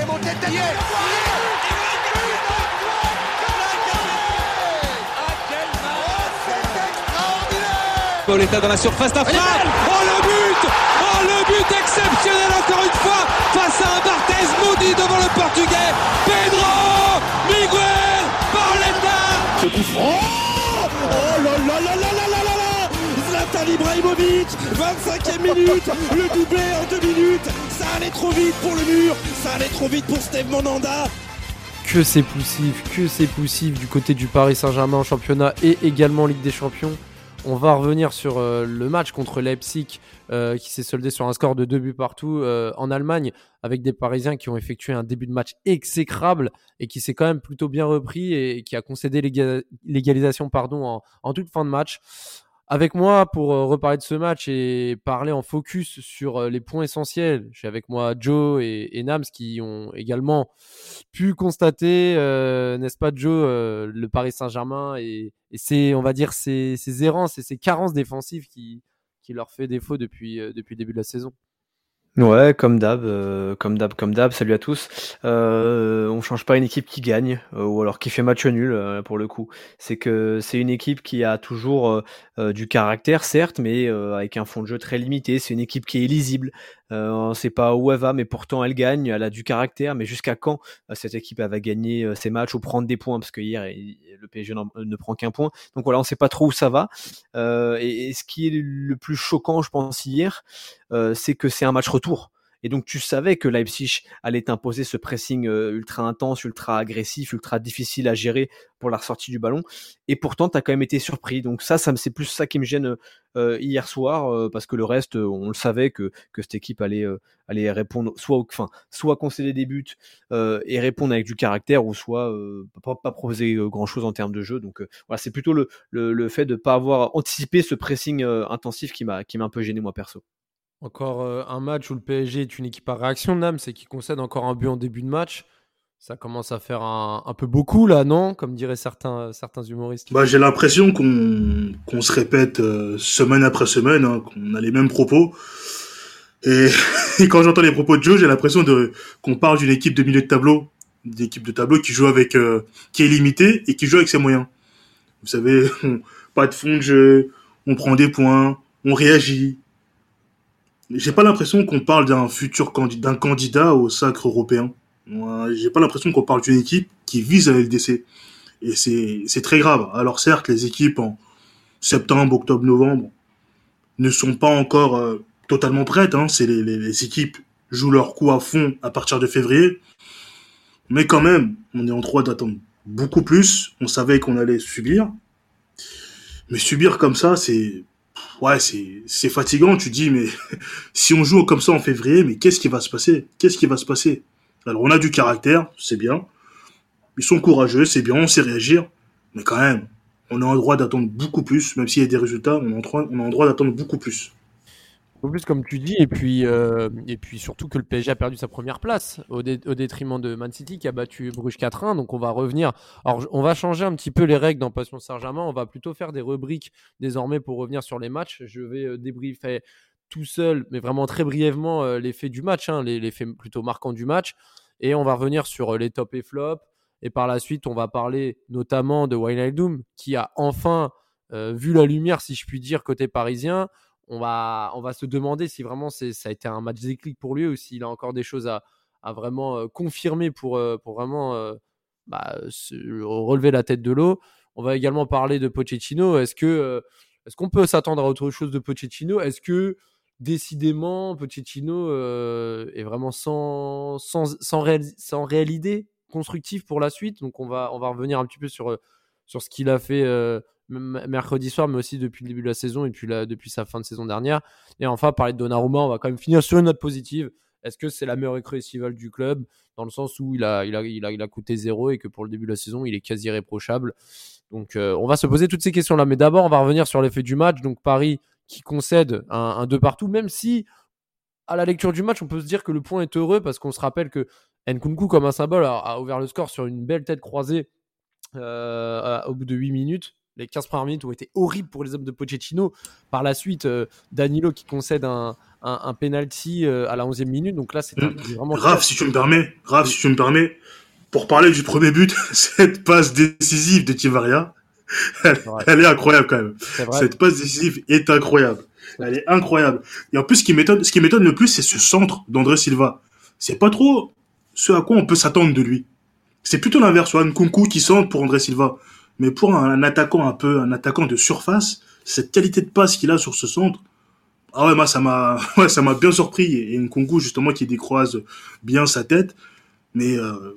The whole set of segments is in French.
monté de tête. Pauletta dans la surface d'affaire. Oh le but exceptionnel encore une fois face à un Barthez maudit devant le Portugais. Pedro Miguel Pauletta. Ce coup franc. Oh là là là là là là là là. Zlatan Ibrahimovic, 25e minute, le doublé en 2 minutes. Ça allait trop vite pour le mur, ça allait trop vite pour Steve Mandanda. Que c'est poussif du côté du Paris Saint-Germain en championnat et également en Ligue des Champions. On va revenir sur le match contre Leipzig qui s'est soldé sur un score de 2 buts partout en Allemagne, avec des Parisiens qui ont effectué un début de match exécrable et qui s'est quand même plutôt bien repris et qui a concédé l'égalisation en toute fin de match. Avec moi pour reparler de ce match et parler en focus sur les points essentiels, j'ai avec moi Joe et Nams qui ont également pu constater, n'est-ce pas Joe, le Paris Saint-Germain et c'est, on va dire, ces errances et ces carences défensives qui leur fait défaut depuis le début de la saison. Ouais, comme d'hab, salut à tous. On change pas une équipe qui gagne, ou alors qui fait match nul, pour le coup. C'est que c'est une équipe qui a toujours du caractère, certes, mais avec un fond de jeu très limité. C'est une équipe qui est illisible. On ne sait pas où elle va, mais pourtant elle gagne, elle a du caractère. Mais jusqu'à quand cette équipe elle va gagner ses matchs ou prendre des points? Parce que hier, le PSG ne prend qu'un point. Donc voilà, on ne sait pas trop où ça va. Et ce qui est le plus choquant, je pense, hier, c'est que c'est un match retour. Et donc tu savais que Leipzig allait t'imposer ce pressing ultra intense, ultra agressif, ultra difficile à gérer pour la ressortie du ballon. Et pourtant, tu as quand même été surpris. Donc ça c'est plus ça qui me gêne hier soir, parce que le reste, on le savait que cette équipe allait répondre, soit concéder des buts et répondre avec du caractère, ou soit pas proposer grand-chose en termes de jeu. Donc voilà, c'est plutôt le fait de ne pas avoir anticipé ce pressing intensif qui m'a un peu gêné moi perso. Encore un match où le PSG est une équipe à réaction, Nam, c'est qu'il concède encore un but en début de match. Ça commence à faire un peu beaucoup là, non? Comme diraient certains humoristes. J'ai l'impression qu'on se répète semaine après semaine, hein, qu'on a les mêmes propos. Et quand j'entends les propos de Joe, j'ai l'impression qu'on parle d'une équipe de milieu de tableau, d'équipe de tableau qui joue avec, qui est limitée et qui joue avec ses moyens. Vous savez, pas de fond de jeu, on prend des points, on réagit. J'ai pas l'impression qu'on parle d'un candidat au sacre européen. Moi, j'ai pas l'impression qu'on parle d'une équipe qui vise à LDC. Et c'est très grave. Alors certes, les équipes en septembre, octobre, novembre ne sont pas encore totalement prêtes. Hein. C'est les équipes jouent leur coup à fond à partir de février. Mais quand même, on est en droit d'attendre beaucoup plus. On savait qu'on allait subir. Mais subir comme ça, c'est fatigant. Tu dis, mais si on joue comme ça en février, mais qu'est-ce qui va se passer? Alors on a du caractère, c'est bien. Ils sont courageux, c'est bien, on sait réagir. Mais quand même, on est en droit d'attendre beaucoup plus. Même s'il y a des résultats, on est en droit d'attendre beaucoup plus. En plus, comme tu dis, et puis surtout que le PSG a perdu sa première place au détriment de Man City qui a battu Bruges 4-1. Donc on va revenir. Alors on va changer un petit peu les règles dans Passion Saint-Germain. On va plutôt faire des rubriques désormais pour revenir sur les matchs. Je vais débriefer tout seul, mais vraiment très brièvement, les faits du match, hein, les faits plutôt marquants du match. Et on va revenir sur les tops et flops. Et par la suite, on va parler notamment de Wijnaldum qui a enfin vu la lumière, si je puis dire, côté parisien. On va se demander si vraiment ça a été un match déclic pour lui ou s'il a encore des choses à vraiment confirmer pour vraiment relever la tête de l'eau. On va également parler de Pochettino. Est-ce qu'on peut s'attendre à autre chose de Pochettino? Est-ce que décidément Pochettino est vraiment sans réelle idée constructive pour la suite? Donc on va revenir un petit peu sur ce qu'il a fait mercredi soir, mais aussi depuis le début de la saison et puis depuis sa fin de saison dernière. Et enfin, parler de Donnarumma, on va quand même finir sur une note positive. Est-ce que c'est la meilleure recrue estivale du club, dans le sens où il a coûté 0 et que pour le début de la saison, il est quasi irréprochable? Donc on va se poser toutes ces questions-là. Mais d'abord, on va revenir sur l'effet du match. Donc Paris qui concède un 2 partout, même si à la lecture du match, on peut se dire que le point est heureux parce qu'on se rappelle que Nkunku, comme un symbole, a ouvert le score sur une belle tête croisée au bout de 8 minutes. Les 15 premières minutes ont été horribles pour les hommes de Pochettino. Par la suite, Danilo qui concède un penalty à la 11e minute. Donc là, c'était vraiment... Grave, si tu me permets, pour parler du premier but, cette passe décisive de Tivaria, elle est incroyable quand même. Cette passe décisive est incroyable. Elle est incroyable. Et en plus, ce qui m'étonne le plus, c'est ce centre d'André Silva. C'est pas trop ce à quoi on peut s'attendre de lui. C'est plutôt l'inverse, Nkunku qui centre pour André Silva. Mais pour un attaquant de surface, cette qualité de passe qu'il a sur ce centre, ah ouais, moi ça m'a bien surpris. Et Nkunku justement qui décroise bien sa tête. Mais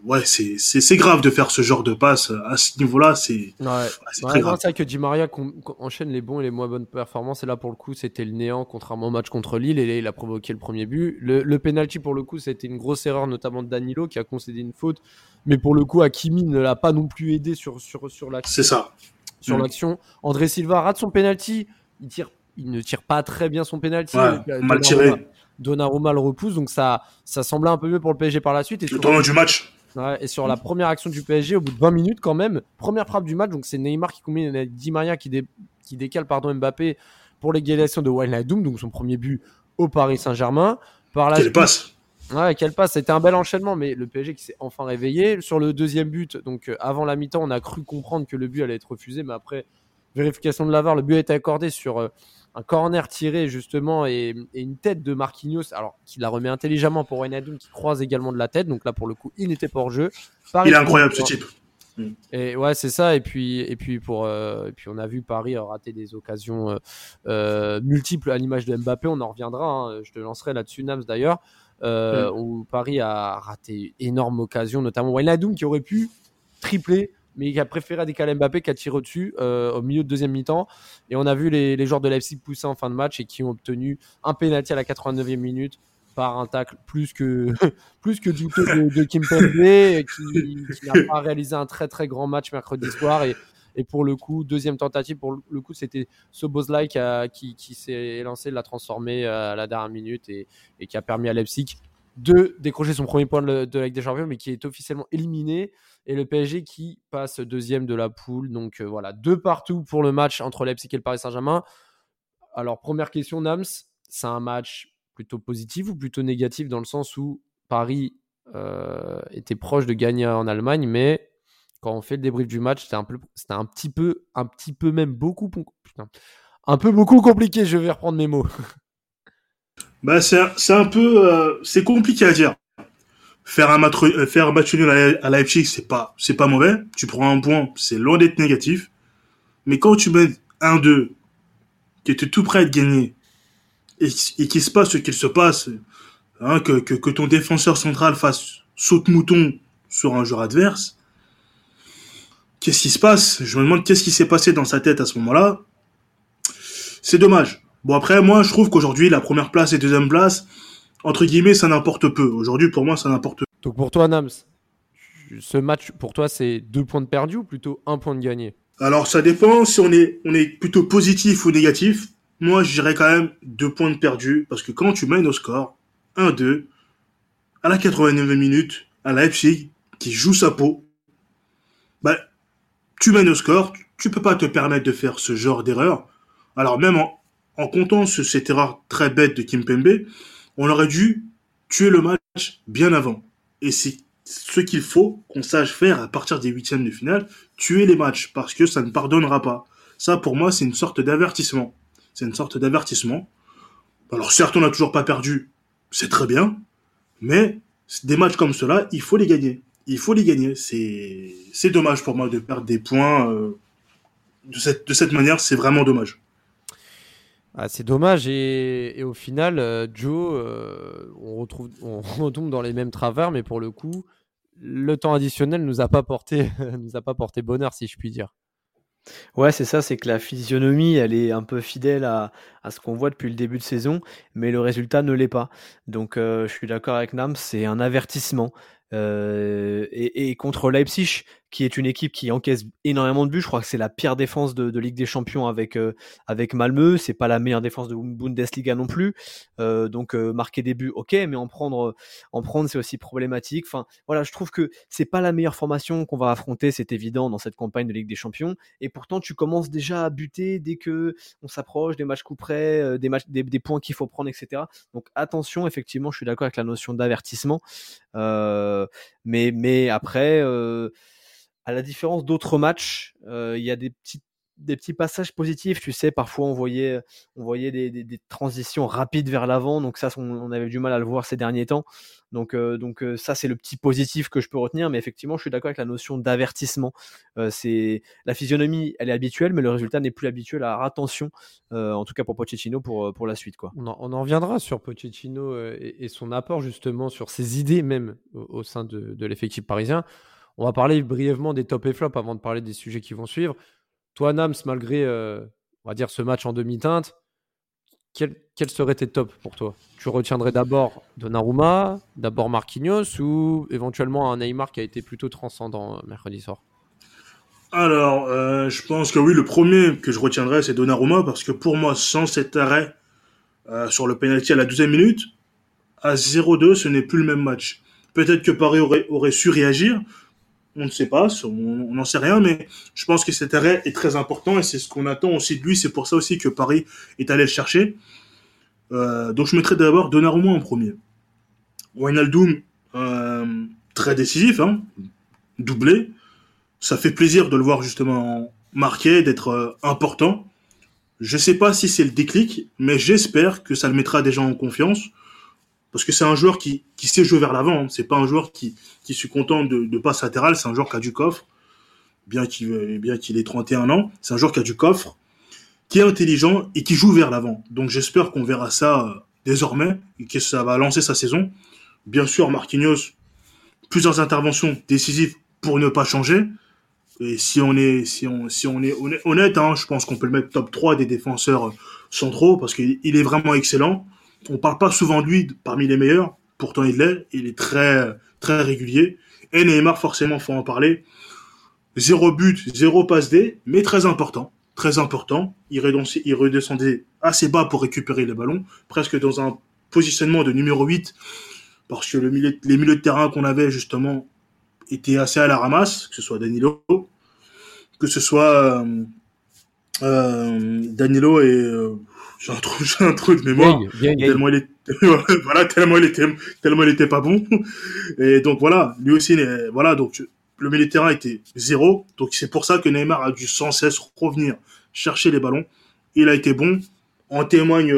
c'est grave de faire ce genre de passe à ce niveau-là, c'est très grave. C'est vrai que Di Maria enchaîne les bons et les moins bonnes performances, et là pour le coup c'était le néant, contrairement au match contre Lille, et là, il a provoqué le premier but. Le penalty pour le coup c'était une grosse erreur, notamment de Danilo qui a concédé une faute, mais pour le coup Hakimi ne l'a pas non plus aidé sur l'action. C'est ça. Sur l'action. André Silva rate son penalty, il ne tire pas très bien son penalty. Mal tiré. Donnarumma le repousse, donc ça semblait un peu mieux pour le PSG par la suite. Et le tournoi du match. Ouais, et sur la première action du PSG, au bout de 20 minutes quand même, première frappe du match, donc c'est Neymar qui combine Di Maria qui décale Mbappé pour l'égalisation de Wijnaldum, donc son premier but au Paris Saint-Germain. Quelle passe! Ouais, quelle passe! C'était un bel enchaînement, mais le PSG qui s'est enfin réveillé. Sur le deuxième but, donc avant la mi-temps, on a cru comprendre que le but allait être refusé, mais après vérification de la VAR, le but a été accordé sur un corner tiré justement et une tête de Marquinhos, alors qu'il la remet intelligemment pour Wijnaldum qui croise également de la tête, donc là pour le coup il n'était pas hors jeu. Il est incroyable ce type. Et ouais, c'est ça. Et puis on a vu Paris rater des occasions multiples à l'image de Mbappé. On en reviendra. Je te lancerai là-dessus, Nams d'ailleurs, où Paris a raté énorme occasion, notamment Wijnaldum qui aurait pu tripler, mais qui a préféré décaler Mbappé qui a tiré au-dessus au milieu de deuxième mi-temps. Et on a vu les joueurs de Leipzig pousser en fin de match et qui ont obtenu un penalty à la 89e minute par un tacle plus que douteux de Kimpembe qui n'a pas réalisé un très très grand match mercredi soir. Et pour le coup, deuxième tentative, pour le coup, c'était Szoboszlai qui s'est lancé, l'a transformé à la dernière minute et qui a permis à Leipzig de décrocher son premier point de la Ligue des Champions, mais qui est officiellement éliminé. Et le PSG qui passe deuxième de la poule. Donc voilà, 2-2 pour le match entre Leipzig et le Paris Saint-Germain. Alors, première question, Nams, c'est un match plutôt positif ou plutôt négatif dans le sens où Paris était proche de gagner en Allemagne, mais quand on fait le débrief du match, c'était un petit peu même beaucoup compliqué. Je vais reprendre mes mots. Bah c'est un peu c'est compliqué à dire. Faire un match nul à Leipzig, c'est pas mauvais. Tu prends un point, c'est loin d'être négatif. Mais quand tu mènes 1-2, qui était tout prêt à gagner, et qu'il se passe ce qu'il se passe, que ton défenseur central fasse saute-mouton sur un joueur adverse, qu'est-ce qui se passe? Je me demande qu'est-ce qui s'est passé dans sa tête à ce moment-là. C'est dommage. Bon, après, moi, je trouve qu'aujourd'hui, la première place et deuxième place, entre guillemets, ça n'importe peu. Aujourd'hui, pour moi, ça n'importe peu. Donc pour toi, Nams, ce match, pour toi, c'est 2 points de perdu ou plutôt 1 point de gagné? Alors, ça dépend si on est plutôt positif ou négatif. Moi, je dirais quand même 2 points de perdu, parce que quand tu mènes au score, 1-2, à la 89e minute, à Leipzig, qui joue sa peau, bah, tu mènes au score, tu peux pas te permettre de faire ce genre d'erreur. Alors même en comptant cette erreur très bête de Kimpembe, on aurait dû tuer le match bien avant. Et c'est ce qu'il faut qu'on sache faire à partir des huitièmes de finale, tuer les matchs, parce que ça ne pardonnera pas. Ça, pour moi, c'est une sorte d'avertissement. Alors certes, on n'a toujours pas perdu, c'est très bien, mais des matchs comme cela, il faut les gagner. C'est dommage pour moi de perdre des points de cette manière, c'est vraiment dommage. Ah, c'est dommage et au final, Joe, on retombe dans les mêmes travers, mais pour le coup, le temps additionnel nous a pas porté bonheur, si je puis dire. Ouais, c'est ça, c'est que la physionomie, elle est un peu fidèle à ce qu'on voit depuis le début de saison, mais le résultat ne l'est pas. Donc, je suis d'accord avec Nam, c'est un avertissement. Et contre Leipzig, qui est une équipe qui encaisse énormément de buts. Je crois que c'est la pire défense de Ligue des Champions avec Malmö. C'est pas la meilleure défense de Bundesliga non plus. Donc marquer des buts, ok, mais en prendre c'est aussi problématique. Enfin voilà, je trouve que c'est pas la meilleure formation qu'on va affronter, c'est évident dans cette campagne de Ligue des Champions. Et pourtant tu commences déjà à buter dès que on s'approche des matchs coup près, des points qu'il faut prendre, etc. Donc attention, effectivement, je suis d'accord avec la notion d'avertissement. Mais après, à la différence d'autres matchs, il y a des petits passages positifs. Tu sais, parfois on voyait des transitions rapides vers l'avant. Donc ça, on avait du mal à le voir ces derniers temps. Donc ça, c'est le petit positif que je peux retenir. Mais effectivement, je suis d'accord avec la notion d'avertissement. C'est la physionomie, elle est habituelle, mais le résultat n'est plus habituel. Alors attention, en tout cas pour Pochettino, pour la suite, quoi. On en reviendra sur Pochettino et son apport justement sur ses idées même au sein de l'effectif parisien. On va parler brièvement des top et flops avant de parler des sujets qui vont suivre. Toi, Nams, malgré on va dire ce match en demi-teinte, quels seraient tes tops pour toi? Tu retiendrais d'abord Donnarumma, d'abord Marquinhos ou éventuellement un Neymar qui a été plutôt transcendant mercredi soir? Alors, je pense que oui, le premier que je retiendrai, c'est Donnarumma, parce que pour moi, sans cet arrêt sur le penalty à la 12e minute, à 0-2, ce n'est plus le même match. Peut-être que Paris aurait su réagir, on ne sait pas, on n'en sait rien, mais je pense que cet arrêt est très important et c'est ce qu'on attend aussi de lui. C'est pour ça aussi que Paris est allé le chercher. Donc je mettrai d'abord Donnarumma en premier. Wijnaldum, très décisif, hein, doublé. Ça fait plaisir de le voir justement marquer, d'être important. Je sais pas si c'est le déclic, mais j'espère que ça le mettra déjà en confiance. Parce que c'est un joueur qui sait jouer vers l'avant. Hein. C'est pas un joueur qui se contente de passes latérales. C'est un joueur qui a du coffre. Bien qu'il ait 31 ans. C'est un joueur qui a du coffre, qui est intelligent et qui joue vers l'avant. Donc j'espère qu'on verra ça désormais et que ça va lancer sa saison. Bien sûr, Marquinhos, plusieurs interventions décisives pour ne pas changer. Et si on est honnête, hein, je pense qu'on peut le mettre top 3 des défenseurs centraux parce qu'il est vraiment excellent. On parle pas souvent de lui parmi les meilleurs, pourtant il l'est. Il est très très régulier. Et Neymar, forcément, faut en parler. 0 but, 0 passe D, mais très important. Très important. Il redescendait assez bas pour récupérer les ballons, presque dans un positionnement de numéro 8, parce que les milieux de terrain qu'on avait, justement, étaient assez à la ramasse, que ce soit Danilo, que ce soit Danilo et... j'ai un trou de mémoire. Tellement il était pas bon. Et donc voilà, lui aussi, voilà, donc le milieu de terrain était 0. Donc c'est pour ça que Neymar a dû sans cesse revenir chercher les ballons. Il a été bon. En témoigne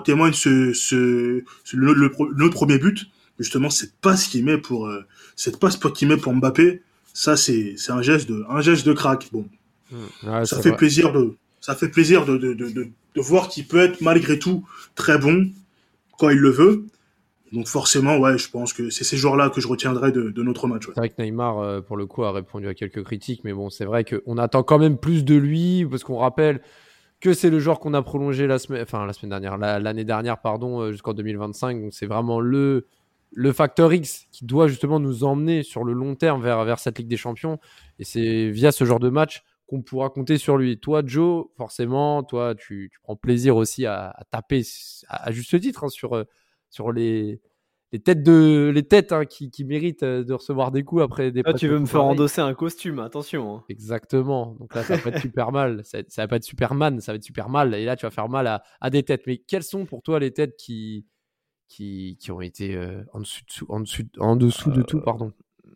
notre premier but. Justement, cette passe qu'il met pour Mbappé. Ça, c'est un geste de crack. Bon. Ouais, ça fait plaisir de voir qu'il peut être malgré tout très bon quand il le veut. Donc forcément, ouais, je pense que c'est ces joueurs-là que je retiendrai de notre match. Ouais. C'est vrai que Neymar, pour le coup, a répondu à quelques critiques, mais bon, c'est vrai qu'on attend quand même plus de lui, parce qu'on rappelle que c'est le joueur qu'on a prolongé l'année dernière, jusqu'en 2025. Donc c'est vraiment le facteur X qui doit justement nous emmener sur le long terme vers cette Ligue des Champions. Et c'est via ce genre de match qu'on pourra compter sur lui. Toi, Joe, forcément, tu prends plaisir aussi à taper à juste titre, hein, sur les têtes hein, qui méritent de recevoir des coups après des tu veux me faire endosser un costume, attention. Hein. Exactement. Donc là, ça va pas être super mal. Ça va pas être Superman, ça va être super mal. Et là, tu vas faire mal à des têtes. Mais quelles sont pour toi les têtes qui ont été en dessous de tout, pardon?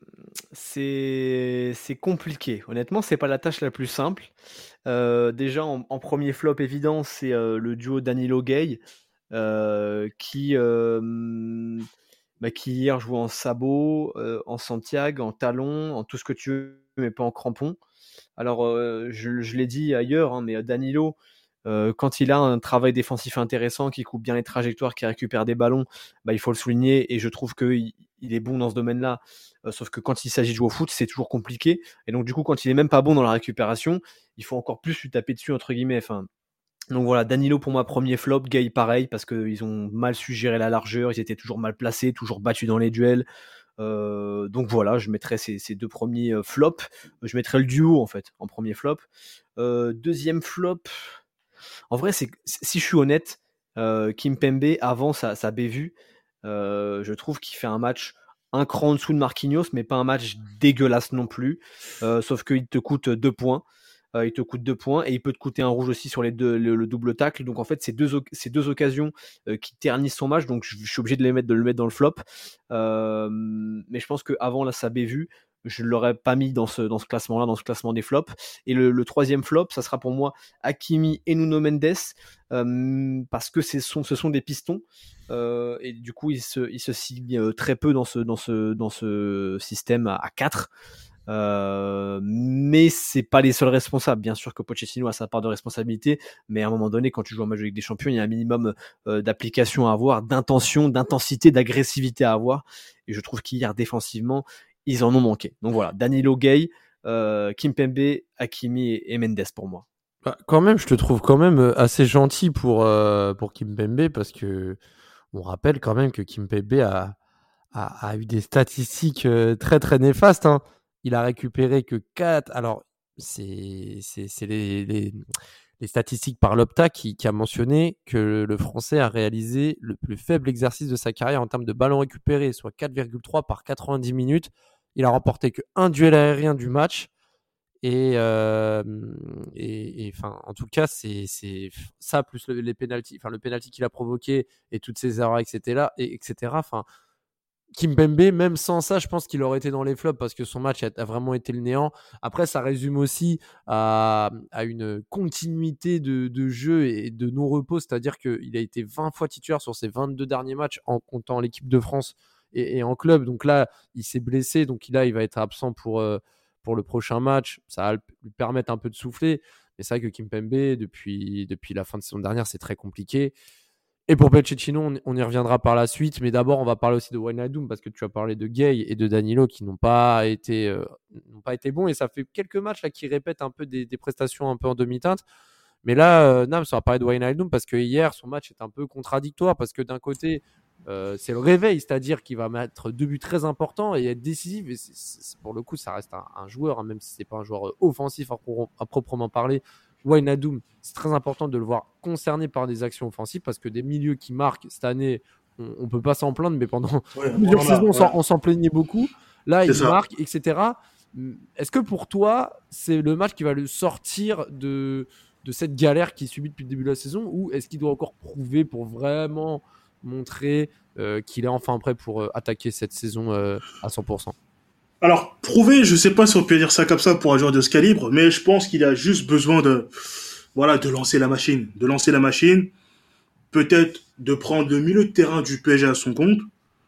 C'est compliqué. Honnêtement, c'est pas la tâche la plus simple. Déjà, en premier flop évident, c'est le duo Danilo-Gay qui hier jouait en sabot, en Santiago, en talon, en tout ce que tu veux, mais pas en crampon. Alors, je l'ai dit ailleurs, hein, mais Danilo, quand il a un travail défensif intéressant, qui coupe bien les trajectoires, qui récupère des ballons, il faut le souligner, et je trouve qu'il est bon dans ce domaine-là. Sauf que quand il s'agit de jouer au foot, c'est toujours compliqué. Et donc, du coup, quand il est même pas bon dans la récupération, il faut encore plus lui taper dessus, entre guillemets. Donc voilà, Danilo pour moi premier flop, Gay pareil, parce qu'ils ont mal su gérer la largeur, ils étaient toujours mal placés, toujours battus dans les duels. Donc voilà, je mettrais ces deux premiers flops. Je mettrais le duo en fait en premier flop. Deuxième flop, en vrai, si je suis honnête, Kimpembe avant sa bévue, je trouve qu'il fait un match un cran en dessous de Marquinhos, mais pas un match dégueulasse non plus. Sauf qu'il te coûte 2 points. Il te coûte 2 points et il peut te coûter un rouge aussi sur le double tacle. Donc en fait, c'est deux occasions qui ternissent son match. Donc je suis obligé de le mettre dans le flop. Mais je pense qu'avant sa bévue, je ne l'aurais pas mis dans ce classement-là, dans ce classement des flops. Et le troisième flop, ça sera pour moi Hakimi et Nuno Mendes, parce que ce sont des pistons. Et du coup, ils se signent très peu dans ce système à 4. Mais c'est pas les seuls responsables. Bien sûr que Pochettino a sa part de responsabilité, mais à un moment donné, quand tu joues en match de Ligue des Champions, il y a un minimum d'application à avoir, d'intention, d'intensité, d'agressivité à avoir. Et je trouve qu'hier, défensivement, ils en ont manqué. Donc voilà, Danilo, Gueye, Kimpembe, Hakimi et Mendes pour moi. Bah, quand même, je te trouve quand même assez gentil pour Kimpembe, parce que on rappelle quand même que Kimpembe a eu des statistiques très très néfastes, hein. Il a récupéré que 4. Alors, c'est les statistiques par l'Opta qui a mentionné que le Français a réalisé le plus faible exercice de sa carrière en termes de ballons récupérés, soit 4,3 par 90 minutes. Il a remporté qu'un duel aérien du match. Et enfin, en tout cas, c'est ça plus les pénaltys, enfin le pénalty qu'il a provoqué et toutes ces erreurs, etc. Enfin, Kimpembe, même sans ça, je pense qu'il aurait été dans les flops parce que son match a vraiment été le néant. Après, ça résume aussi à une continuité de jeu et de non-repos, c'est-à-dire qu'il a été 20 fois titulaire sur ses 22 derniers matchs en comptant l'équipe de France et en club. Donc là, il s'est blessé, donc là, il va être absent pour le prochain match. Ça va lui permettre un peu de souffler. Mais c'est vrai que Kimpembe, depuis la fin de saison dernière, c'est très compliqué. Et pour Pochettino, on y reviendra par la suite, mais d'abord on va parler aussi de Wijnaldum, parce que tu as parlé de Gueye et de Danilo qui n'ont pas été bons, et ça fait quelques matchs là qui répètent un peu des prestations un peu en demi-teinte. Mais là, Nams, on va parler de Wijnaldum parce que hier son match est un peu contradictoire, parce que d'un côté c'est le réveil, c'est-à-dire qu'il va mettre 2 buts très importants et être décisif. Et pour le coup, ça reste un joueur, hein, même si c'est pas un joueur offensif à proprement parler. Wijnaldum, c'est très important de le voir concerné par des actions offensives, parce que des milieux qui marquent cette année, on peut pas s'en plaindre, mais pendant plusieurs saisons, on s'en plaignait beaucoup. Là, il marque, etc. Est-ce que pour toi, c'est le match qui va le sortir de cette galère qu'il subit depuis le début de la saison, ou est-ce qu'il doit encore prouver pour vraiment montrer qu'il est enfin prêt pour attaquer cette saison à 100%? Alors, prouver, je sais pas si on peut dire ça comme ça pour un joueur de ce calibre, mais je pense qu'il a juste besoin de lancer la machine. De lancer la machine, peut-être de prendre le milieu de terrain du PSG à son compte.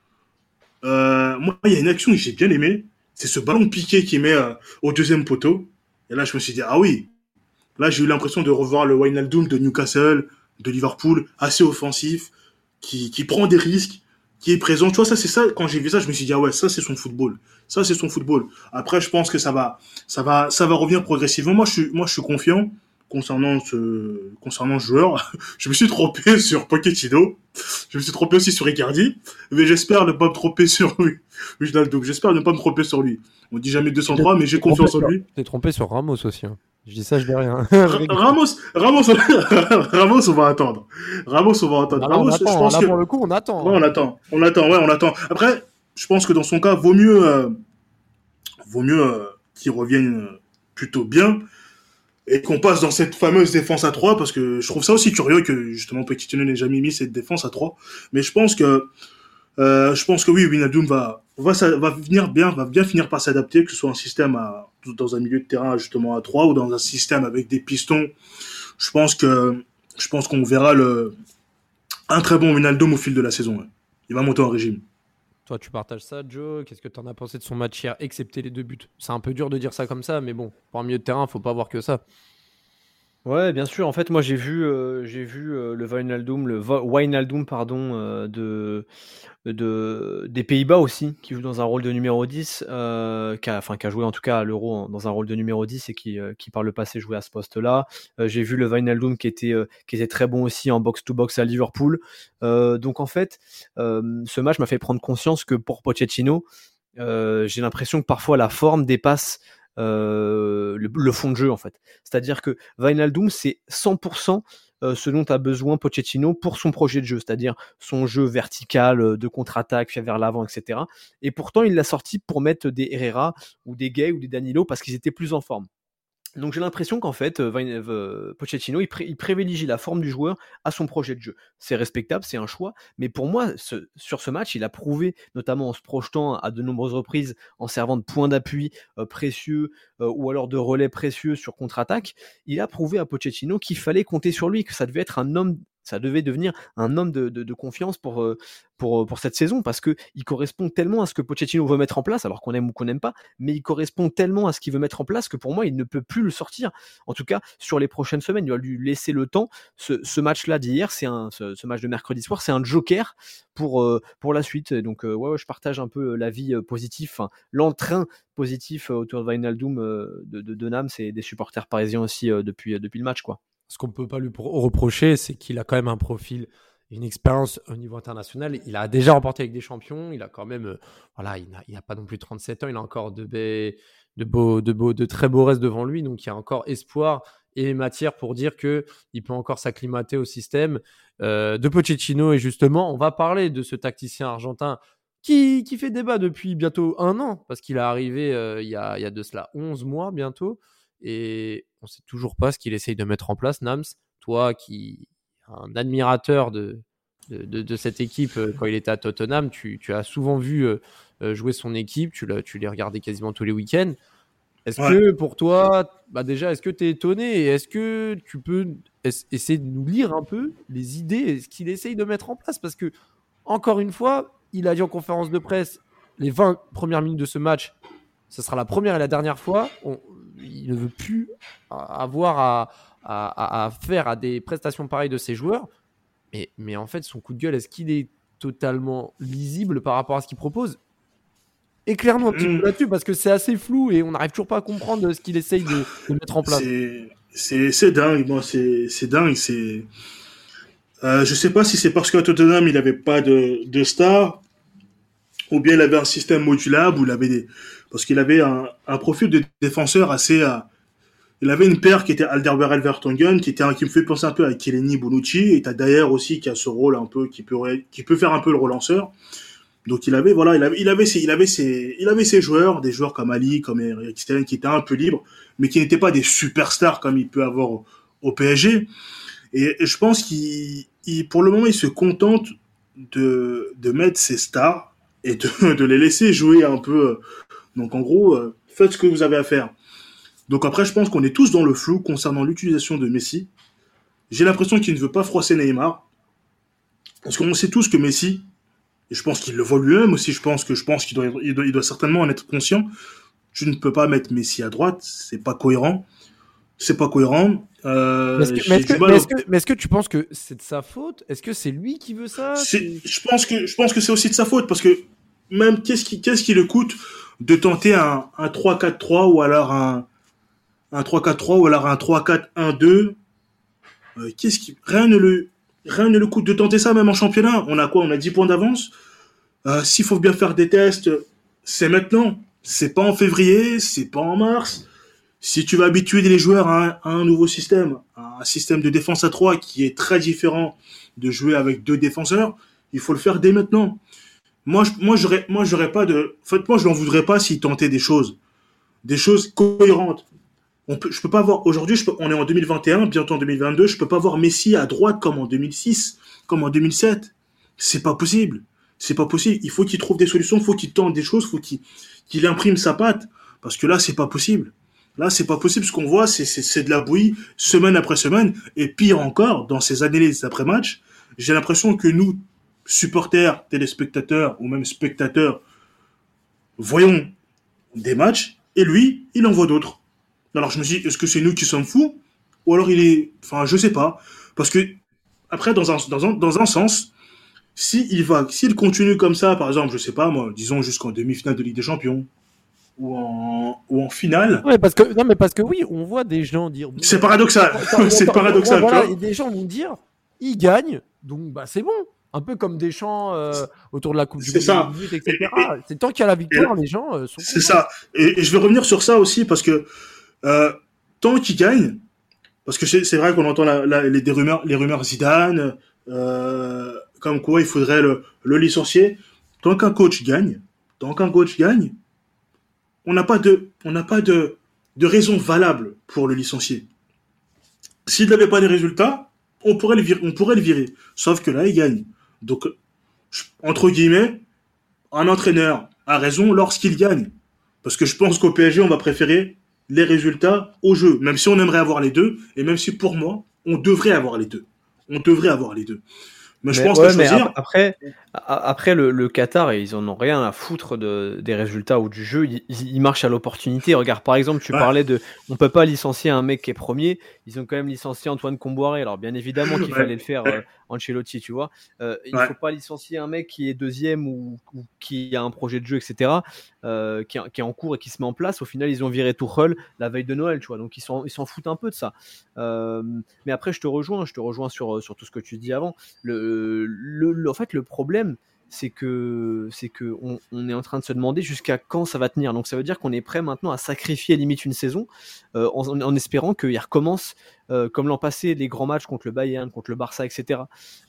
Moi, il y a une action que j'ai bien aimée, c'est ce ballon piqué qu'il met au deuxième poteau. Et là, je me suis dit, ah oui, là, j'ai eu l'impression de revoir le Wijnaldum de Newcastle, de Liverpool, assez offensif, qui prend des risques, qui est présent. Tu vois, ça, c'est ça. Quand j'ai vu ça, je me suis dit, ah ouais, ça, c'est son football. Ça, c'est son football. Après, je pense que ça va revenir progressivement. Moi, je suis confiant concernant ce joueur. Je me suis trompé sur Pochettino. Je me suis trompé aussi sur Icardi. Mais j'espère ne pas me tromper sur lui. J'espère ne pas me tromper sur lui. On dit jamais 203, mais j'ai confiance en lui. T'es trompé sur Ramos aussi, hein. Je dis ça, je dis rien. Ramos, on va attendre. Ramos, je pense là, que pour le coup, on attend. Ouais, on attend. Après, je pense que dans son cas, vaut mieux qu'il revienne plutôt bien et qu'on passe dans cette fameuse défense à 3, parce que je trouve ça aussi curieux que justement Pochettino n'ait jamais mis cette défense à 3. Mais je pense que oui, Wijnaldum va bien finir par s'adapter, que ce soit un système dans un milieu de terrain justement à 3 ou dans un système avec des pistons. Je pense qu'on verra un très bon Wijnaldum au fil de la saison. Ouais. Il va monter en régime. Toi, tu partages ça, Joe? Qu'est-ce que tu en as pensé de son match hier, excepté les 2 buts? C'est un peu dur de dire ça comme ça, mais bon, pour un milieu de terrain, faut pas voir que ça. Ouais, bien sûr. En fait, moi, j'ai vu le Wijnaldum, pardon, des Pays-Bas aussi, qui joue dans un rôle de numéro 10, qui a joué en tout cas à l'Euro dans un rôle de numéro 10 et qui par le passé jouait à ce poste-là. J'ai vu le Wijnaldum qui était très bon aussi en box-to-box à Liverpool. Donc en fait, ce match m'a fait prendre conscience que pour Pochettino, j'ai l'impression que parfois la forme dépasse le fond de jeu en fait. C'est-à-dire que Wijnaldum, c'est 100% ce dont a besoin Pochettino pour son projet de jeu, c'est-à-dire son jeu vertical de contre-attaque, fait vers l'avant, etc. Et pourtant, il l'a sorti pour mettre des Herrera ou des Gueye ou des Danilo parce qu'ils étaient plus en forme. Donc j'ai l'impression qu'en fait, Pochettino, il privilégie la forme du joueur à son projet de jeu. C'est respectable, c'est un choix, mais pour moi, sur ce match, il a prouvé, notamment en se projetant à de nombreuses reprises, en servant de point d'appui précieux ou alors de relais précieux sur contre-attaque, il a prouvé à Pochettino qu'il fallait compter sur lui, que ça devait être un homme, ça devait devenir un homme de confiance pour cette saison, parce qu'il correspond tellement à ce que Pochettino veut mettre en place, alors qu'on aime ou qu'on n'aime pas, mais il correspond tellement à ce qu'il veut mettre en place que pour moi, il ne peut plus le sortir. En tout cas, sur les prochaines semaines, il va lui laisser le temps. Ce match-là d'hier, ce match de mercredi soir, c'est un joker pour la suite. Donc, ouais, je partage un peu l'avis positif, l'entrain positif autour de Wijnaldum de Nams et des supporters parisiens aussi depuis le match, quoi. Ce qu'on ne peut pas lui reprocher, c'est qu'il a quand même un profil, une expérience au niveau international. Il a déjà remporté avec des champions. Il a quand même, il n'a pas non plus 37 ans. Il a encore de très beaux restes devant lui. Donc, il y a encore espoir et matière pour dire qu'il peut encore s'acclimater au système de Pochettino. Et justement, on va parler de ce tacticien argentin qui fait débat depuis bientôt 1 an, parce qu'il est arrivé il y a de cela 11 mois bientôt. Et on ne sait toujours pas ce qu'il essaye de mettre en place. Nams, toi qui es un admirateur de cette équipe quand il était à Tottenham, tu as souvent vu jouer son équipe, tu les regardais quasiment tous les week-ends. Est-ce que pour toi, déjà, est-ce que tu es étonné et est-ce que tu peux essayer de nous lire un peu les idées et ce qu'il essaye de mettre en place? Parce que, encore une fois, il a dit en conférence de presse, les 20 premières minutes de ce match, ce sera la première et la dernière fois. Il ne veut plus avoir à faire à des prestations pareilles de ses joueurs. Mais en fait, son coup de gueule, est-ce qu'il est totalement lisible par rapport à ce qu'il propose? Éclaire-nous un petit peu là-dessus, parce que c'est assez flou et on n'arrive toujours pas à comprendre ce qu'il essaye de mettre en place. C'est dingue, moi, c'est dingue. Je sais pas si c'est parce qu'à Tottenham, il n'avait pas de star, ou bien il avait un système modulable, parce qu'il avait un profil de défenseur assez... il avait une paire qui était Alderweireld-Vertonghen, qui me fait penser un peu à Chiellini, Bonucci, et t'as Dyer aussi qui a ce rôle un peu, qui peut faire un peu le relanceur. Donc il avait ses joueurs, des joueurs comme Ali, comme Eriksen, qui étaient un peu libres, mais qui n'étaient pas des superstars comme il peut avoir au PSG. Et je pense pour le moment, il se contente de mettre ses stars et de les laisser jouer un peu. Donc en gros, faites ce que vous avez à faire. Donc après, je pense qu'on est tous dans le flou concernant l'utilisation de Messi. J'ai l'impression qu'il ne veut pas froisser Neymar. Parce qu'on sait tous que Messi, et je pense qu'il le voit lui-même aussi, je pense qu'il doit certainement en être conscient, tu ne peux pas mettre Messi à droite, c'est pas cohérent. Mais est-ce que tu penses que c'est de sa faute? Est-ce que c'est lui qui veut ça? Je pense que c'est aussi de sa faute, parce que même qu'est-ce qui le coûte de tenter un 3-4-3 ou alors un 3-4-3 ou alors un 3-4-1-2. Rien ne le coûte de tenter ça, même en championnat. On a quoi? On a 10 points d'avance. S'il faut bien faire des tests, c'est maintenant. C'est pas en février, c'est pas en mars. Si tu vas habituer les joueurs à un nouveau système, un système de défense à 3 qui est très différent de jouer avec 2 défenseurs, il faut le faire dès maintenant. Moi, j'aurais pas de... En fait, moi, je l'en voudrais pas s'il tentait des choses cohérentes. Je peux pas voir... Aujourd'hui, on est en 2021, bientôt en 2022, je peux pas voir Messi à droite comme en 2006, comme en 2007. C'est pas possible. Il faut qu'il trouve des solutions, il faut qu'il tente des choses, il faut qu'il imprime sa patte. Parce que là, c'est pas possible. Ce qu'on voit, c'est de la bouillie, semaine après semaine. Et pire encore, dans ces analyses d'après-match, j'ai l'impression que nous, supporters, téléspectateurs ou même spectateurs, voyons des matchs, et lui, il en voit d'autres. Alors je me dis, est-ce que c'est nous qui sommes fous? Ou alors je sais pas. Parce que, après, dans un sens, s'il continue comme ça, par exemple, je sais pas moi, disons jusqu'en demi-finale de Ligue des Champions, ou en finale. Ouais, parce que oui, on voit des gens dire... C'est paradoxal. C'est paradoxal. Voilà, et des gens vont dire, il gagne, donc c'est bon. Un peu comme Deschamps autour de la Coupe du C'est ça. Monde, etc. C'est tant qu'il y a la victoire, les gens sont C'est contents. ça. Et je vais revenir sur ça aussi parce que tant qu'il gagne, parce que c'est vrai qu'on entend des rumeurs Zidane, comme quoi il faudrait le licencier. Tant qu'un coach gagne, on n'a pas de raison valable pour le licencier. S'il n'avait pas des résultats, on pourrait le virer. Sauf que là, il gagne. Donc, entre guillemets, un entraîneur a raison lorsqu'il gagne. Parce que je pense qu'au PSG, on va préférer les résultats au jeu. Même si on aimerait avoir les deux, et même si pour moi, on devrait avoir les deux. Mais je pense qu'à choisir... Après le Qatar, ils en ont rien à foutre des résultats ou du jeu. Ils marchent à l'opportunité. Regarde, par exemple, tu parlais de, on peut pas licencier un mec qui est premier. Ils ont quand même licencié Antoine Comboiré. Alors bien évidemment qu'il fallait le faire, Ancelotti, tu vois. Il faut pas licencier un mec qui est deuxième ou qui a un projet de jeu, etc. Qui est en cours et qui se met en place. Au final, ils ont viré Tuchel la veille de Noël, tu vois. Donc ils s'en foutent un peu de ça. Mais après, je te rejoins sur tout ce que tu dis avant. En fait, le problème, c'est que on est en train de se demander jusqu'à quand ça va tenir. Donc ça veut dire qu'on est prêt maintenant à sacrifier limite une saison en espérant qu'il recommence comme l'an passé les grands matchs contre le Bayern, contre le Barça, etc.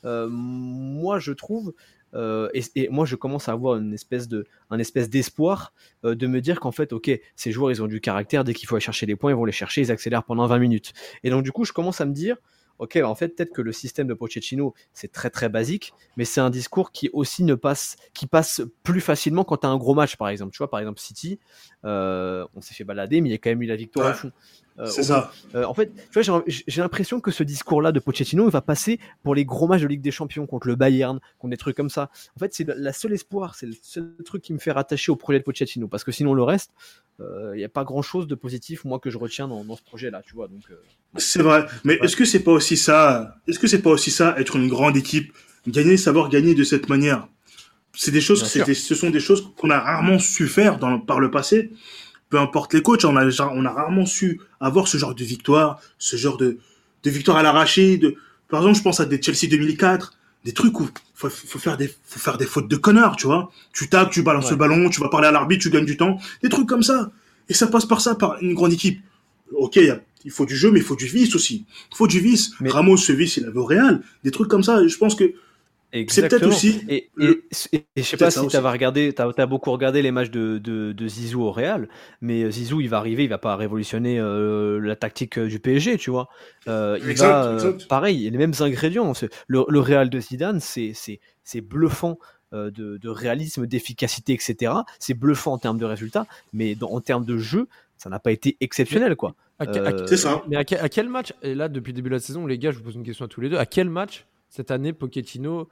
Moi je trouve et moi je commence à avoir un espèce d'espoir de me dire qu'en fait ok, ces joueurs ils ont du caractère, dès qu'il faut aller chercher les points ils vont les chercher, ils accélèrent pendant 20 minutes. Et donc du coup je commence à me dire ok, en fait, peut-être que le système de Pochettino, c'est très très basique, mais c'est un discours qui aussi qui passe plus facilement quand tu as un gros match, par exemple. Tu vois, par exemple, City, on s'est fait balader, mais il y a quand même eu la victoire au fond. C'est ça. En fait, tu vois, j'ai l'impression que ce discours-là de Pochettino va passer pour les gros matchs de Ligue des Champions contre le Bayern, contre des trucs comme ça. En fait, c'est la seule espoir, c'est le seul truc qui me fait rattacher au projet de Pochettino, parce que sinon le reste, il n'y a pas grand-chose de positif, moi, que je retiens dans ce projet-là, tu vois. Donc, c'est vrai. Mais est-ce que c'est pas aussi ça être une grande équipe, savoir gagner de cette manière? C'est des choses, ce sont des choses qu'on a rarement su faire par le passé. Peu importe les coachs, on a rarement su avoir ce genre de victoire, ce genre de victoire à l'arraché. Par exemple, je pense à des Chelsea 2004, des trucs où faut faire des fautes de connard, tu vois. Tu tapes, tu balances le ballon, tu vas parler à l'arbitre, tu gagnes du temps, des trucs comme ça. Et ça passe par une grande équipe. Ok, il faut du jeu, mais il faut du vice aussi. Il faut du vice. Mais... Ramos, ce vice, il avait au Real. Des trucs comme ça. Je pense que c'est peut-être aussi. Et je sais pas si t'as beaucoup regardé les matchs de Zizou au Real, mais Zizou, il va arriver, il va pas révolutionner la tactique du PSG, tu vois. Exact. Pareil, les mêmes ingrédients. Le Real de Zidane, c'est bluffant. De réalisme, d'efficacité, etc. C'est bluffant en termes de résultats, mais en termes de jeu, ça n'a pas été exceptionnel, quoi. C'est ça. Mais à quel match, et là, depuis le début de la saison, les gars, je vous pose une question à tous les deux, à quel match, cette année, Pochettino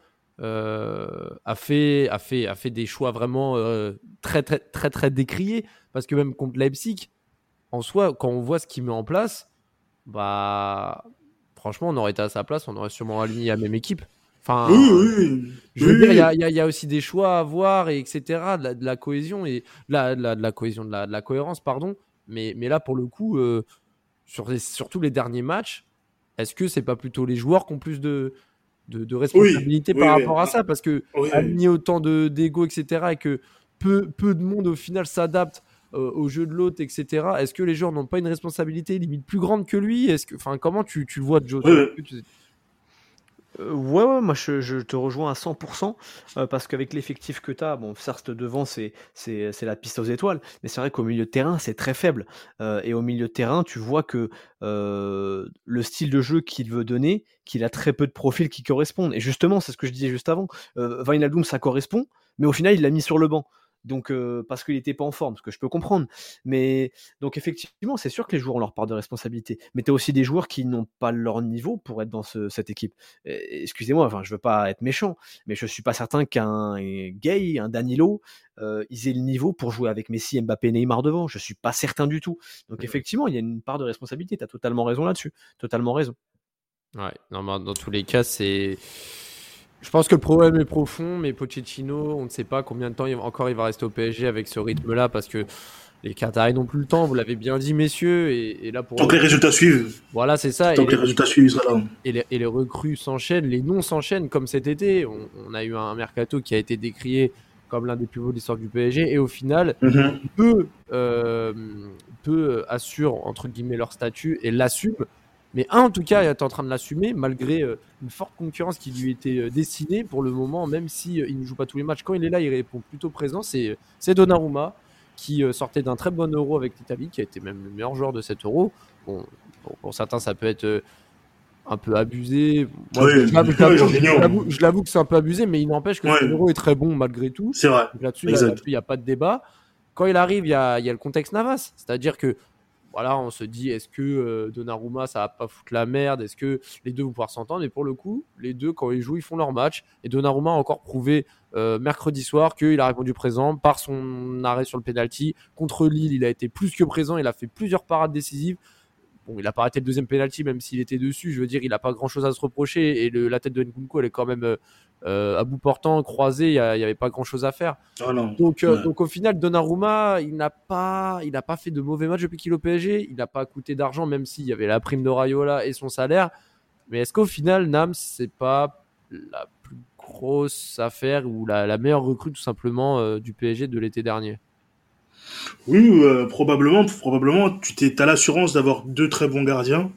a fait des choix vraiment très, très, très, très décriés? Parce que même contre Leipzig, en soi, quand on voit ce qu'il met en place, bah, franchement, on aurait été à sa place, on aurait sûrement aligné la même équipe. Enfin, je veux dire, il y a aussi des choix à avoir, et etc., de la cohésion, et de la cohérence, pardon. Mais là, pour le coup, sur tous les derniers matchs, est-ce que c'est pas plutôt les joueurs qui ont plus de responsabilité par rapport à ça? Parce que aligner autant d'ego, etc., et que peu de monde, au final, s'adapte au jeu de l'autre, etc., est-ce que les joueurs n'ont pas une responsabilité limite plus grande que lui? Comment tu le vois, Joe? Ouais, moi je te rejoins à 100% parce qu'avec l'effectif que tu as, bon, certes devant c'est la piste aux étoiles, mais c'est vrai qu'au milieu de terrain c'est très faible. Et au milieu de terrain, tu vois que le style de jeu qu'il veut donner, qu'il a très peu de profils qui correspondent. Et justement, c'est ce que je disais juste avant, Wijnaldum ça correspond, mais au final il l'a mis sur le banc. Donc parce qu'il n'était pas en forme, ce que je peux comprendre. Mais donc effectivement, c'est sûr que les joueurs ont leur part de responsabilité. Mais tu as aussi des joueurs qui n'ont pas leur niveau pour être dans cette équipe. Excusez-moi, enfin, je veux pas être méchant, mais je suis pas certain qu'un Gay, un Danilo, ils aient le niveau pour jouer avec Messi, Mbappé, Neymar devant. Je suis pas certain du tout. Donc effectivement, il y a une part de responsabilité. Tu as totalement raison là-dessus. Totalement raison. Ouais, non, mais dans tous les cas, c'est... Je pense que le problème est profond, mais Pochettino, on ne sait pas combien de temps encore il va rester au PSG avec ce rythme-là, parce que les Qataris n'ont plus le temps, vous l'avez bien dit, messieurs. Et là, Tant que les résultats suivent. Voilà, c'est ça. Tant que les résultats suivent, ça là. Et les recrues s'enchaînent, les noms s'enchaînent, comme cet été. On a eu un mercato qui a été décrié comme l'un des plus beaux de l'histoire du PSG. Et au final, peu assurent, entre guillemets, leur statut et l'assument. Mais en tout cas, il est en train de l'assumer, malgré une forte concurrence qui lui était destinée pour le moment, même s'il ne joue pas tous les matchs. Quand il est là, il répond plutôt présent. C'est Donnarumma, qui sortait d'un très bon Euro avec l'Italie, qui a été même le meilleur joueur de cet Euro. Bon, pour certains, ça peut être un peu abusé. Moi, je l'avoue que c'est un peu abusé, mais il n'empêche que l'Euro est très bon malgré tout. C'est vrai. Donc là-dessus, il n'y a pas de débat. Quand il arrive, il y a le contexte Navas. C'est-à-dire que voilà, on se dit, est-ce que Donnarumma, ça va pas foutre la merde? Est-ce que les deux vont pouvoir s'entendre? Et pour le coup, les deux, quand ils jouent, ils font leur match. Et Donnarumma a encore prouvé mercredi soir qu'il a répondu présent par son arrêt sur le penalty. Contre Lille, il a été plus que présent. Il a fait plusieurs parades décisives. Bon, il n'a pas arrêté le deuxième penalty, même s'il était dessus. Je veux dire, il n'a pas grand-chose à se reprocher. Et la tête de Nkunku, elle est quand même à bout portant, croisée. Il n'y avait pas grand-chose à faire. Oh non. Donc au final, Donnarumma, il n'a pas fait de mauvais matchs depuis qu'il est au PSG. Il n'a pas coûté d'argent, même s'il y avait la prime de Raiola et son salaire. Mais est-ce qu'au final, Nams, c'est pas la plus grosse affaire ou la meilleure recrue tout simplement du PSG de l'été dernier? Oui, probablement. Tu as l'assurance d'avoir deux très bons gardiens.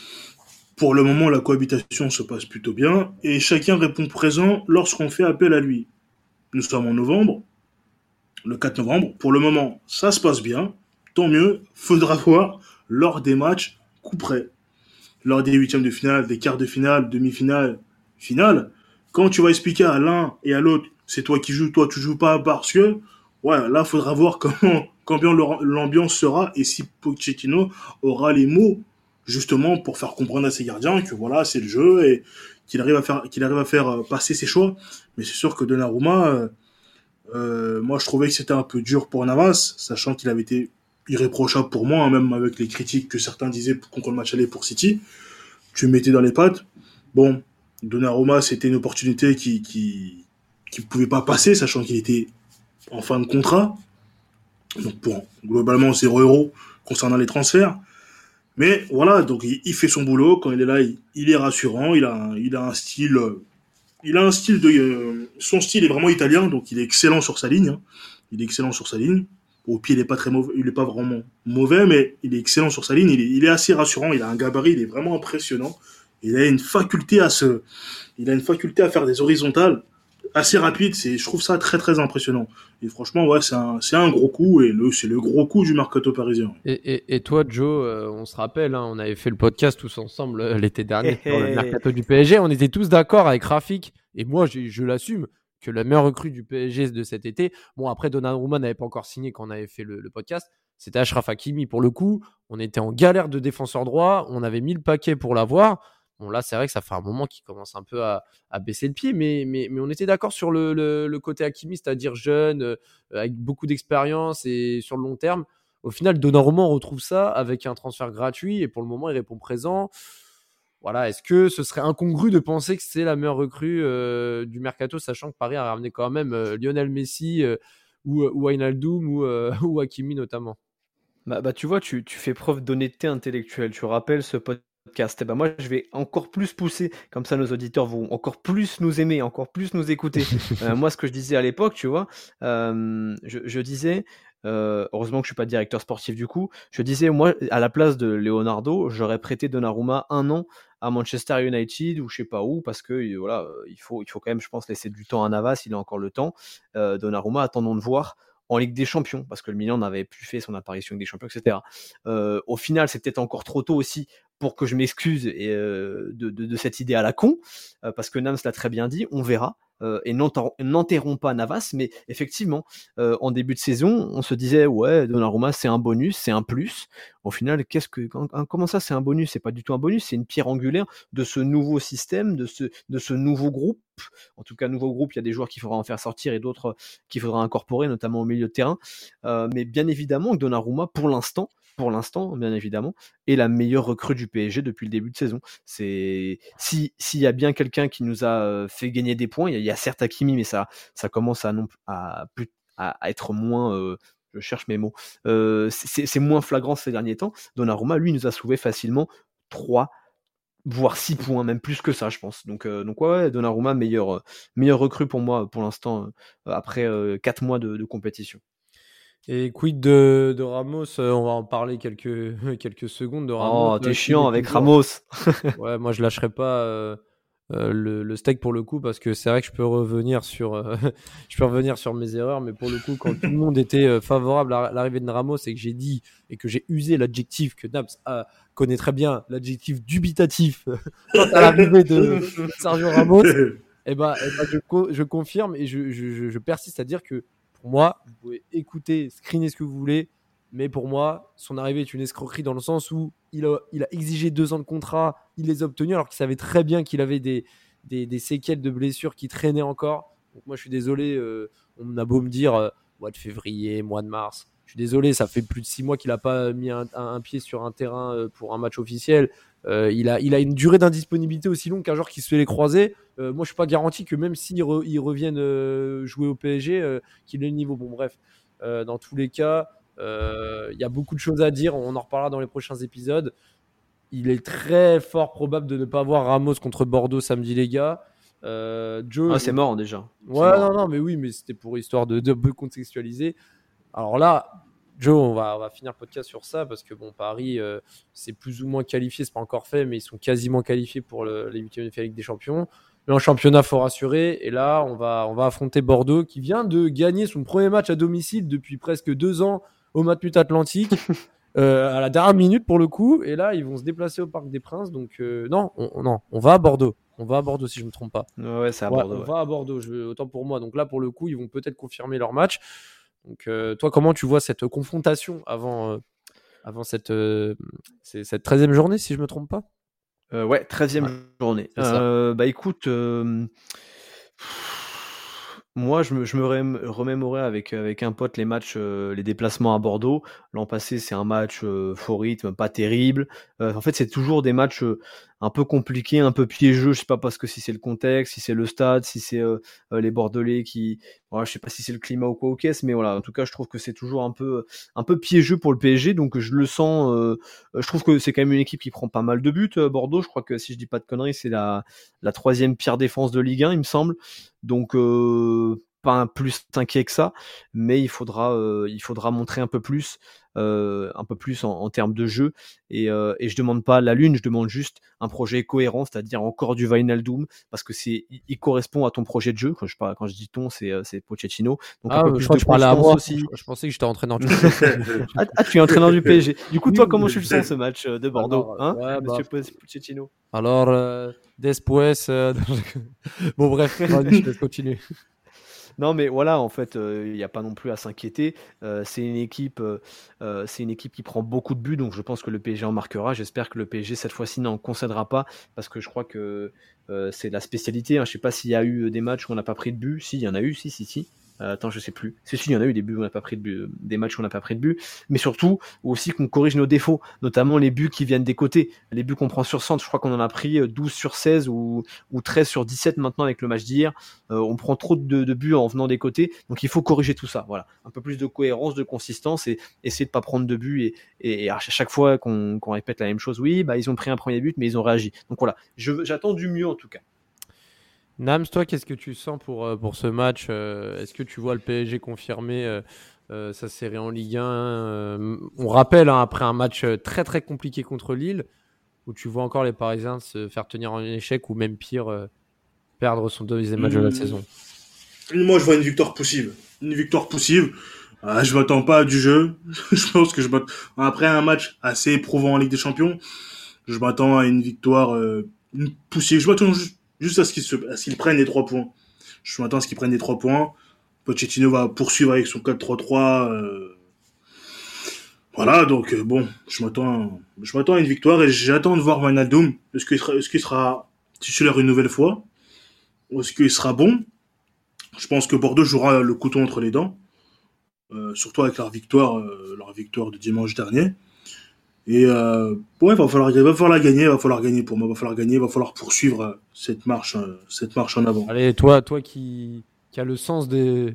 Pour le moment, la cohabitation se passe plutôt bien et chacun répond présent lorsqu'on fait appel à lui. Nous sommes en novembre, le 4 novembre. Pour le moment, ça se passe bien. Tant mieux. Faudra voir lors des matchs coup près. Lors des huitièmes de finale, des quarts de finale, demi-finale, finale. Quand tu vas expliquer à l'un et à l'autre, c'est toi qui joues, toi tu joues pas parce que, ouais, là faudra voir combien l'ambiance sera et si Pochettino aura les mots justement pour faire comprendre à ses gardiens que voilà, c'est le jeu et qu'il arrive à faire passer ses choix. Mais c'est sûr que Donnarumma, moi je trouvais que c'était un peu dur pour Navas, sachant qu'il avait été irréprochable pour moi, hein, même avec les critiques que certains disaient contre le match aller pour City. Tu le mettais dans les pattes. Bon, Donnarumma, c'était une opportunité qui pouvait pas passer, sachant qu'il était en fin de contrat. Donc pour globalement 0 € concernant les transferts. Mais voilà, donc il fait son boulot. Quand il est là, il est rassurant. Il a un style. Son style est vraiment italien, donc il est excellent sur sa ligne. Hein. Il est excellent sur sa ligne. Au pied, il est pas très mauvais. Il est pas vraiment mauvais, mais il est excellent sur sa ligne. Il est assez rassurant. Il a un gabarit. Il est vraiment impressionnant. Il a une faculté à faire des horizontales assez rapides. Je trouve ça très très impressionnant. Et franchement, ouais, c'est un gros coup et c'est le gros coup du mercato parisien. Et toi, Joe, on se rappelle, hein, on avait fait le podcast tous ensemble l'été dernier sur le mercato du PSG. On était tous d'accord avec Rafik et moi, je l'assume que la meilleure recrue du PSG de cet été. Bon, après, Donnarumma n'avait pas encore signé quand on avait fait le podcast. C'était Achraf Hakimi. Pour le coup, on était en galère de défenseur droit. On avait mis le paquet pour l'avoir. Bon, là, c'est vrai que ça fait un moment qu'il commence un peu à baisser le pied, mais on était d'accord sur le côté Hakimi, c'est-à-dire jeune, avec beaucoup d'expérience et sur le long terme. Au final, Donnarumma, on retrouve ça avec un transfert gratuit et pour le moment, il répond présent. Voilà, est-ce que ce serait incongru de penser que c'est la meilleure recrue du mercato, sachant que Paris a ramené quand même Lionel Messi ou Wijnaldum ou Hakimi notamment? Bah tu vois, tu fais preuve d'honnêteté intellectuelle. Tu rappelles ce podcast. Et ben moi, je vais encore plus pousser. Comme ça, nos auditeurs vont encore plus nous aimer, encore plus nous écouter. Moi, ce que je disais à l'époque, tu vois, je disais, heureusement que je suis pas directeur sportif du coup, je disais, moi, à la place de Leonardo, j'aurais prêté Donnarumma 1 an à Manchester United ou je sais pas où, parce que voilà, il faut quand même, je pense, laisser du temps à Navas, il a encore le temps. Donnarumma, attendons de voir en Ligue des Champions, parce que le Milan n'avait plus fait son apparition en Ligue des Champions, etc. Au final, c'est peut-être encore trop tôt aussi pour que je m'excuse de cette idée à la con, parce que Nams l'a très bien dit, on verra, et n'enterrons pas Navas, mais effectivement, en début de saison, on se disait, ouais, Donnarumma, c'est un bonus, c'est un plus. Au final, comment ça, c'est un bonus? C'est pas du tout un bonus, c'est une pierre angulaire de ce nouveau système, de ce nouveau groupe. En tout cas, nouveau groupe, il y a des joueurs qu'il faudra en faire sortir et d'autres qu'il faudra incorporer, notamment au milieu de terrain. Mais bien évidemment, Donnarumma, pour l'instant, bien évidemment, est la meilleure recrue du PSG depuis le début de saison. S'il y a bien quelqu'un qui nous a fait gagner des points, il y a certes Hakimi, mais ça commence à être moins je cherche mes mots. C'est moins flagrant ces derniers temps. Donnarumma, lui, nous a sauvé facilement 3, voire 6 points, même plus que ça, je pense. Donc ouais, Donnarumma, meilleur recrue pour moi pour l'instant, après 4 mois de compétition. Et quid de Ramos, on va en parler quelques secondes de Ramos. Oh, t'es chiant avec Ramos. Ouais, moi je lâcherai pas le steak pour le coup, parce que c'est vrai que je peux revenir sur mes erreurs, mais pour le coup, quand tout le monde était favorable à l'arrivée de Ramos et que j'ai dit et que j'ai usé l'adjectif que Nabs connaît très bien, l'adjectif dubitatif quant à l'arrivée de Sergio Ramos, et ben je confirme et je persiste à dire que pour moi, vous pouvez écouter, screener ce que vous voulez, mais pour moi, son arrivée est une escroquerie dans le sens où il a exigé 2 ans de contrat, il les a obtenus alors qu'il savait très bien qu'il avait des séquelles de blessures qui traînaient encore. Donc moi, je suis désolé, on a beau me dire mois de février, mois de mars. Je suis désolé, ça fait plus de 6 mois qu'il n'a pas mis un pied sur un terrain pour un match officiel. Il a une durée d'indisponibilité aussi longue qu'un joueur qui se fait les croisés. Moi, je ne suis pas garanti que même s'il revienne jouer au PSG, qu'il ait le niveau. Bon, bref, dans tous les cas, il y a beaucoup de choses à dire. On en reparlera dans les prochains épisodes. Il est très fort probable de ne pas voir Ramos contre Bordeaux samedi, les gars. Joe, c'est mort déjà. Ouais, non, mais oui, mais c'était pour histoire de peu contextualiser. Alors là, Joe, on va finir le podcast sur ça parce que bon, Paris, c'est plus ou moins qualifié, c'est pas encore fait, mais ils sont quasiment qualifiés pour les huitièmes de finale Ligue des Champions. Mais en championnat, faut rassurer. Et là, on va affronter Bordeaux qui vient de gagner son premier match à domicile depuis presque 2 ans au Matmut Atlantique. À la dernière minute pour le coup, et là ils vont se déplacer au Parc des Princes, donc non, on va à Bordeaux. On va à Bordeaux si je me trompe pas. Ouais, c'est à Bordeaux. On va à Bordeaux, autant pour moi. Donc là pour le coup, ils vont peut-être confirmer leur match. Donc toi, comment tu vois cette confrontation avant cette 13e journée, si je me trompe pas? Ouais, 13e journée. Bah écoute, moi, je me remémorais avec un pote les matchs, les déplacements à Bordeaux. L'an passé, c'est un match faux rythme, pas terrible. En fait, c'est toujours des matchs un peu compliqués, un peu piégeux. Je sais pas parce que si c'est le contexte, si c'est le stade, si c'est les Bordelais qui, voilà, je sais pas si c'est le climat ou quoi au caisse, mais voilà. En tout cas, je trouve que c'est toujours un peu piégeux pour le PSG. Donc, je le sens. Je trouve que c'est quand même une équipe qui prend pas mal de buts. Bordeaux, je crois que si je dis pas de conneries, c'est la 3e pire défense de Ligue 1, il me semble. Donc pas un plus inquiet que ça, mais il faudra montrer un peu plus en termes de jeu, et je demande pas la lune, je demande juste un projet cohérent, c'est-à-dire encore du Wijnaldum, parce que il correspond à ton projet de jeu. Quand je dis ton, c'est Pochettino. Donc un peu plus de constance aussi. Je pensais que j'étais entraîneur du PSG. Tu es entraîneur du PSG. Du coup, toi, comment tu le sens ce match de Bordeaux, Monsieur Pochettino? Alors, después. Bon, bref, je vais continuer. Non, mais voilà, en fait, il n'y a pas non plus à s'inquiéter. C'est une équipe qui prend beaucoup de buts, donc je pense que le PSG en marquera. J'espère que le PSG cette fois-ci n'en concédera pas, parce que je crois que c'est la spécialité. Je ne sais pas s'il y a eu des matchs où on n'a pas pris de but. Si, il y en a eu, si. Attends, je sais plus. Si, il y en a eu des buts où on n'a pas pris de but, des matchs où on n'a pas pris de but, mais surtout aussi qu'on corrige nos défauts, notamment les buts qui viennent des côtés, les buts qu'on prend sur centre. Je crois qu'on en a pris 12 sur 16 ou 13 sur 17 maintenant avec le match d'hier. On prend trop de buts en venant des côtés, donc il faut corriger tout ça. Voilà, un peu plus de cohérence, de consistance, et essayer de pas prendre de buts, et à chaque fois qu'on répète la même chose, oui, bah ils ont pris un premier but, mais ils ont réagi. Donc voilà, j'attends du mieux en tout cas. Nams, toi, qu'est-ce que tu sens pour ce match? Est-ce que tu vois le PSG confirmer sa série en Ligue 1? On rappelle, après un match très très compliqué contre Lille, où tu vois encore les Parisiens se faire tenir en échec, ou même pire, perdre son 2e match de la saison. Moi, je vois une victoire possible. Je m'attends pas à du jeu. Je pense que après un match assez éprouvant en Ligue des Champions, je m'attends à une victoire poussive. Je m'attends juste à ce qu'ils prennent les 3 points. Je m'attends à ce qu'ils prennent les 3 points. Pochettino va poursuivre avec son 4-3-3. Voilà, donc bon, je m'attends à une victoire, et j'attends de voir Wijnaldum. Est-ce qu'il sera titulaire une nouvelle fois? Est-ce qu'il sera bon? Je pense que Bordeaux jouera le couteau entre les dents, surtout avec leur victoire de dimanche dernier. Et ouais, va falloir gagner pour moi, va falloir poursuivre cette marche en avant. Allez, toi qui as le sens des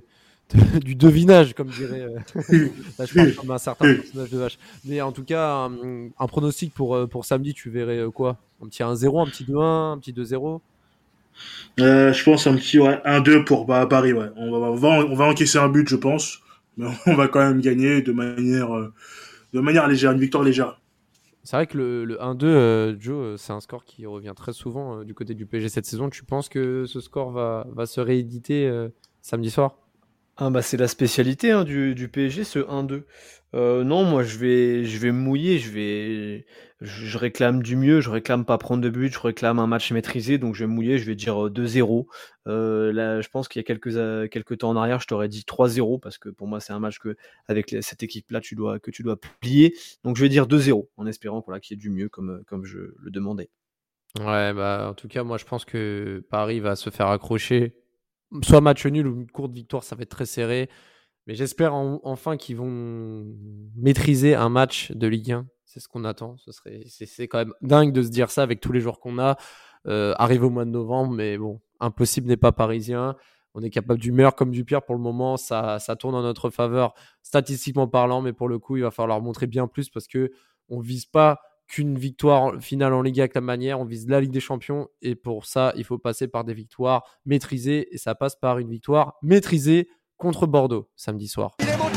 du devinage, comme dirait. Là, je parle comme un certain personnage de vache. Mais en tout cas, un pronostic pour samedi, tu verrais quoi? Un petit 1-0, un petit 2-1, un petit 2-0? Je pense un petit 1-2 pour Paris. Ouais. On va encaisser un but, je pense, mais on va quand même gagner de manière légère, une victoire légère. C'est vrai que le 1-2, Joe, c'est un score qui revient très souvent du côté du PSG cette saison. Tu penses que ce score va se rééditer samedi soir? Ah bah c'est la spécialité du PSG, ce 1-2. Non, moi je vais me mouiller, je réclame du mieux, je réclame pas prendre de but, je réclame un match maîtrisé, donc je vais me mouiller, je vais dire 2-0. Là, je pense qu'il y a quelques temps en arrière, je t'aurais dit 3-0 parce que pour moi c'est un match que avec cette équipe-là tu dois plier. Donc je vais dire 2-0 en espérant qu'il y ait du mieux comme je le demandais. Ouais, bah en tout cas, moi je pense que Paris va se faire accrocher. Soit match nul ou une courte victoire, ça va être très serré. Mais j'espère enfin qu'ils vont maîtriser un match de Ligue 1. C'est ce qu'on attend. C'est quand même dingue de se dire ça avec tous les joueurs qu'on a. Arrive au mois de novembre, mais bon, impossible n'est pas parisien. On est capable du meilleur comme du pire pour le moment. Ça tourne en notre faveur, statistiquement parlant. Mais pour le coup, il va falloir montrer bien plus parce qu'on ne vise pas qu'une victoire finale en Ligue avec la manière, on vise la Ligue des Champions et pour ça, il faut passer par des victoires maîtrisées et ça passe par une victoire maîtrisée contre Bordeaux samedi soir. Il est monté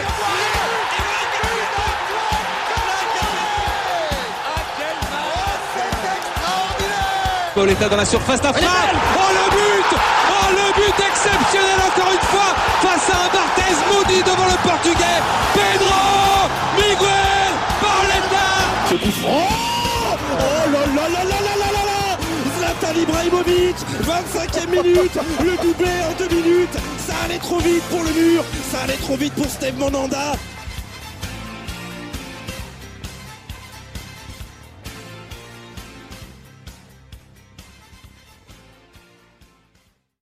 Pauletta dans la surface d'affaire. Oh le but exceptionnel encore une fois face à un Barthez maudit devant le Portugais. Pedro Miguel Pauletta. Ce coup franc. Oh là là là là là là là là. Zlatan Ibrahimovic, 25e minute, le doublé en 2 minutes. Ça allait trop vite pour le mur, ça allait trop vite pour Steve Mandanda.